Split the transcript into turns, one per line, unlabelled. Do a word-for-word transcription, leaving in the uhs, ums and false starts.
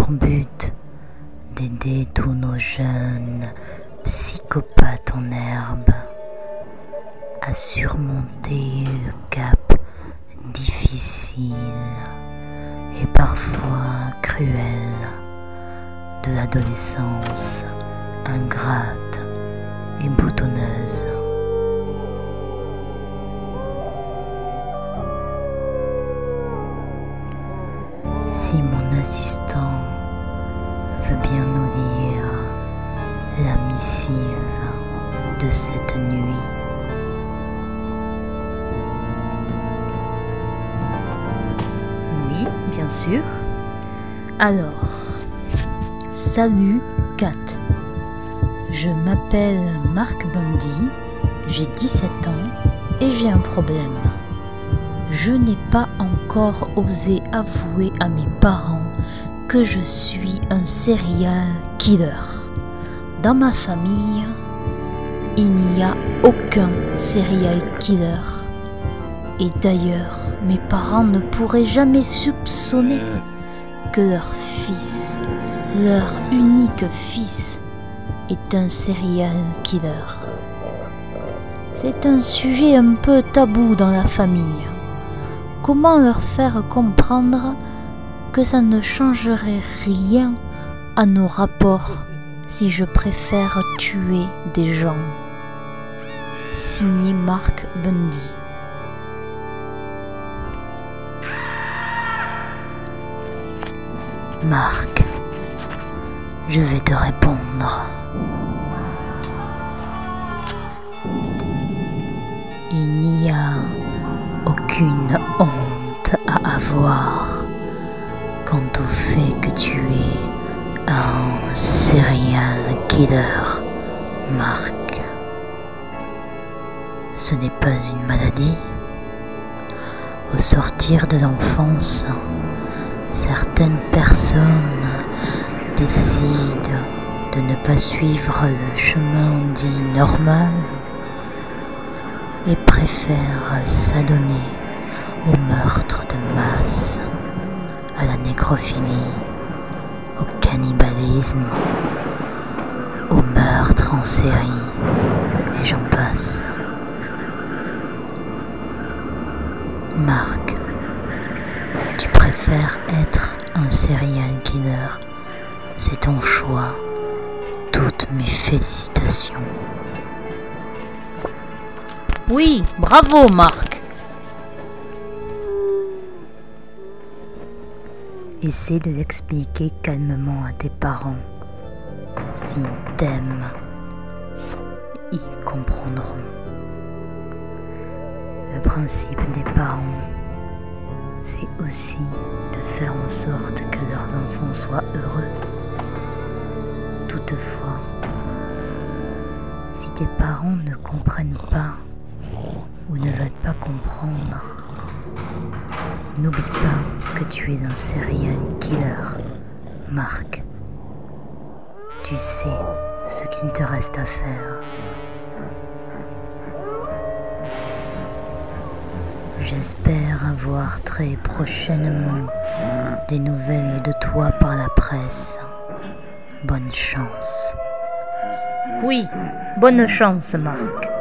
pour but d'aider tous nos jeunes psychopathes en herbe à surmonter le cap difficile et parfois cruel de l'adolescence ingrate et boutonneuse. Si mon assistant veut bien nous lire la missive de cette nuit.
Oui, bien sûr. Alors, salut Kat. Je m'appelle Mark Bundy, j'ai dix-sept ans et j'ai un problème. Je n'ai pas encore osé avouer à mes parents que je suis un serial killer. Dans ma famille, il n'y a aucun serial killer. Et d'ailleurs, mes parents ne pourraient jamais soupçonner que leur fils, leur unique fils, est un serial killer. C'est un sujet un peu tabou dans la famille. Comment leur faire comprendre que ça ne changerait rien à nos rapports si je préfère tuer des gens? Signé Mark Bundy.
Mark, je vais te répondre. Il n'y a aucune honte à avoir quant au fait que tu es un serial killer, Mark. Ce n'est pas une maladie. Au sortir de l'enfance, certaines personnes décident de ne pas suivre le chemin dit normal et préfèrent s'adonner au meurtre de masse, à la nécrophilie, au cannibalisme, au meurtre en série, et j'en passe. Mark, tu préfères être un serial killer, c'est ton choix. Toutes mes félicitations.
Oui, bravo Mark.
Essaie de l'expliquer calmement à tes parents. S'ils t'aiment, ils comprendront. Le principe des parents, c'est aussi de faire en sorte que leurs enfants soient heureux. Toutefois, si tes parents ne comprennent pas ou ne veulent pas comprendre, n'oublie pas que tu es un serial killer, Mark. Tu sais ce qu'il te reste à faire. J'espère avoir très prochainement des nouvelles de toi par la presse. Bonne chance.
Oui, bonne chance Mark.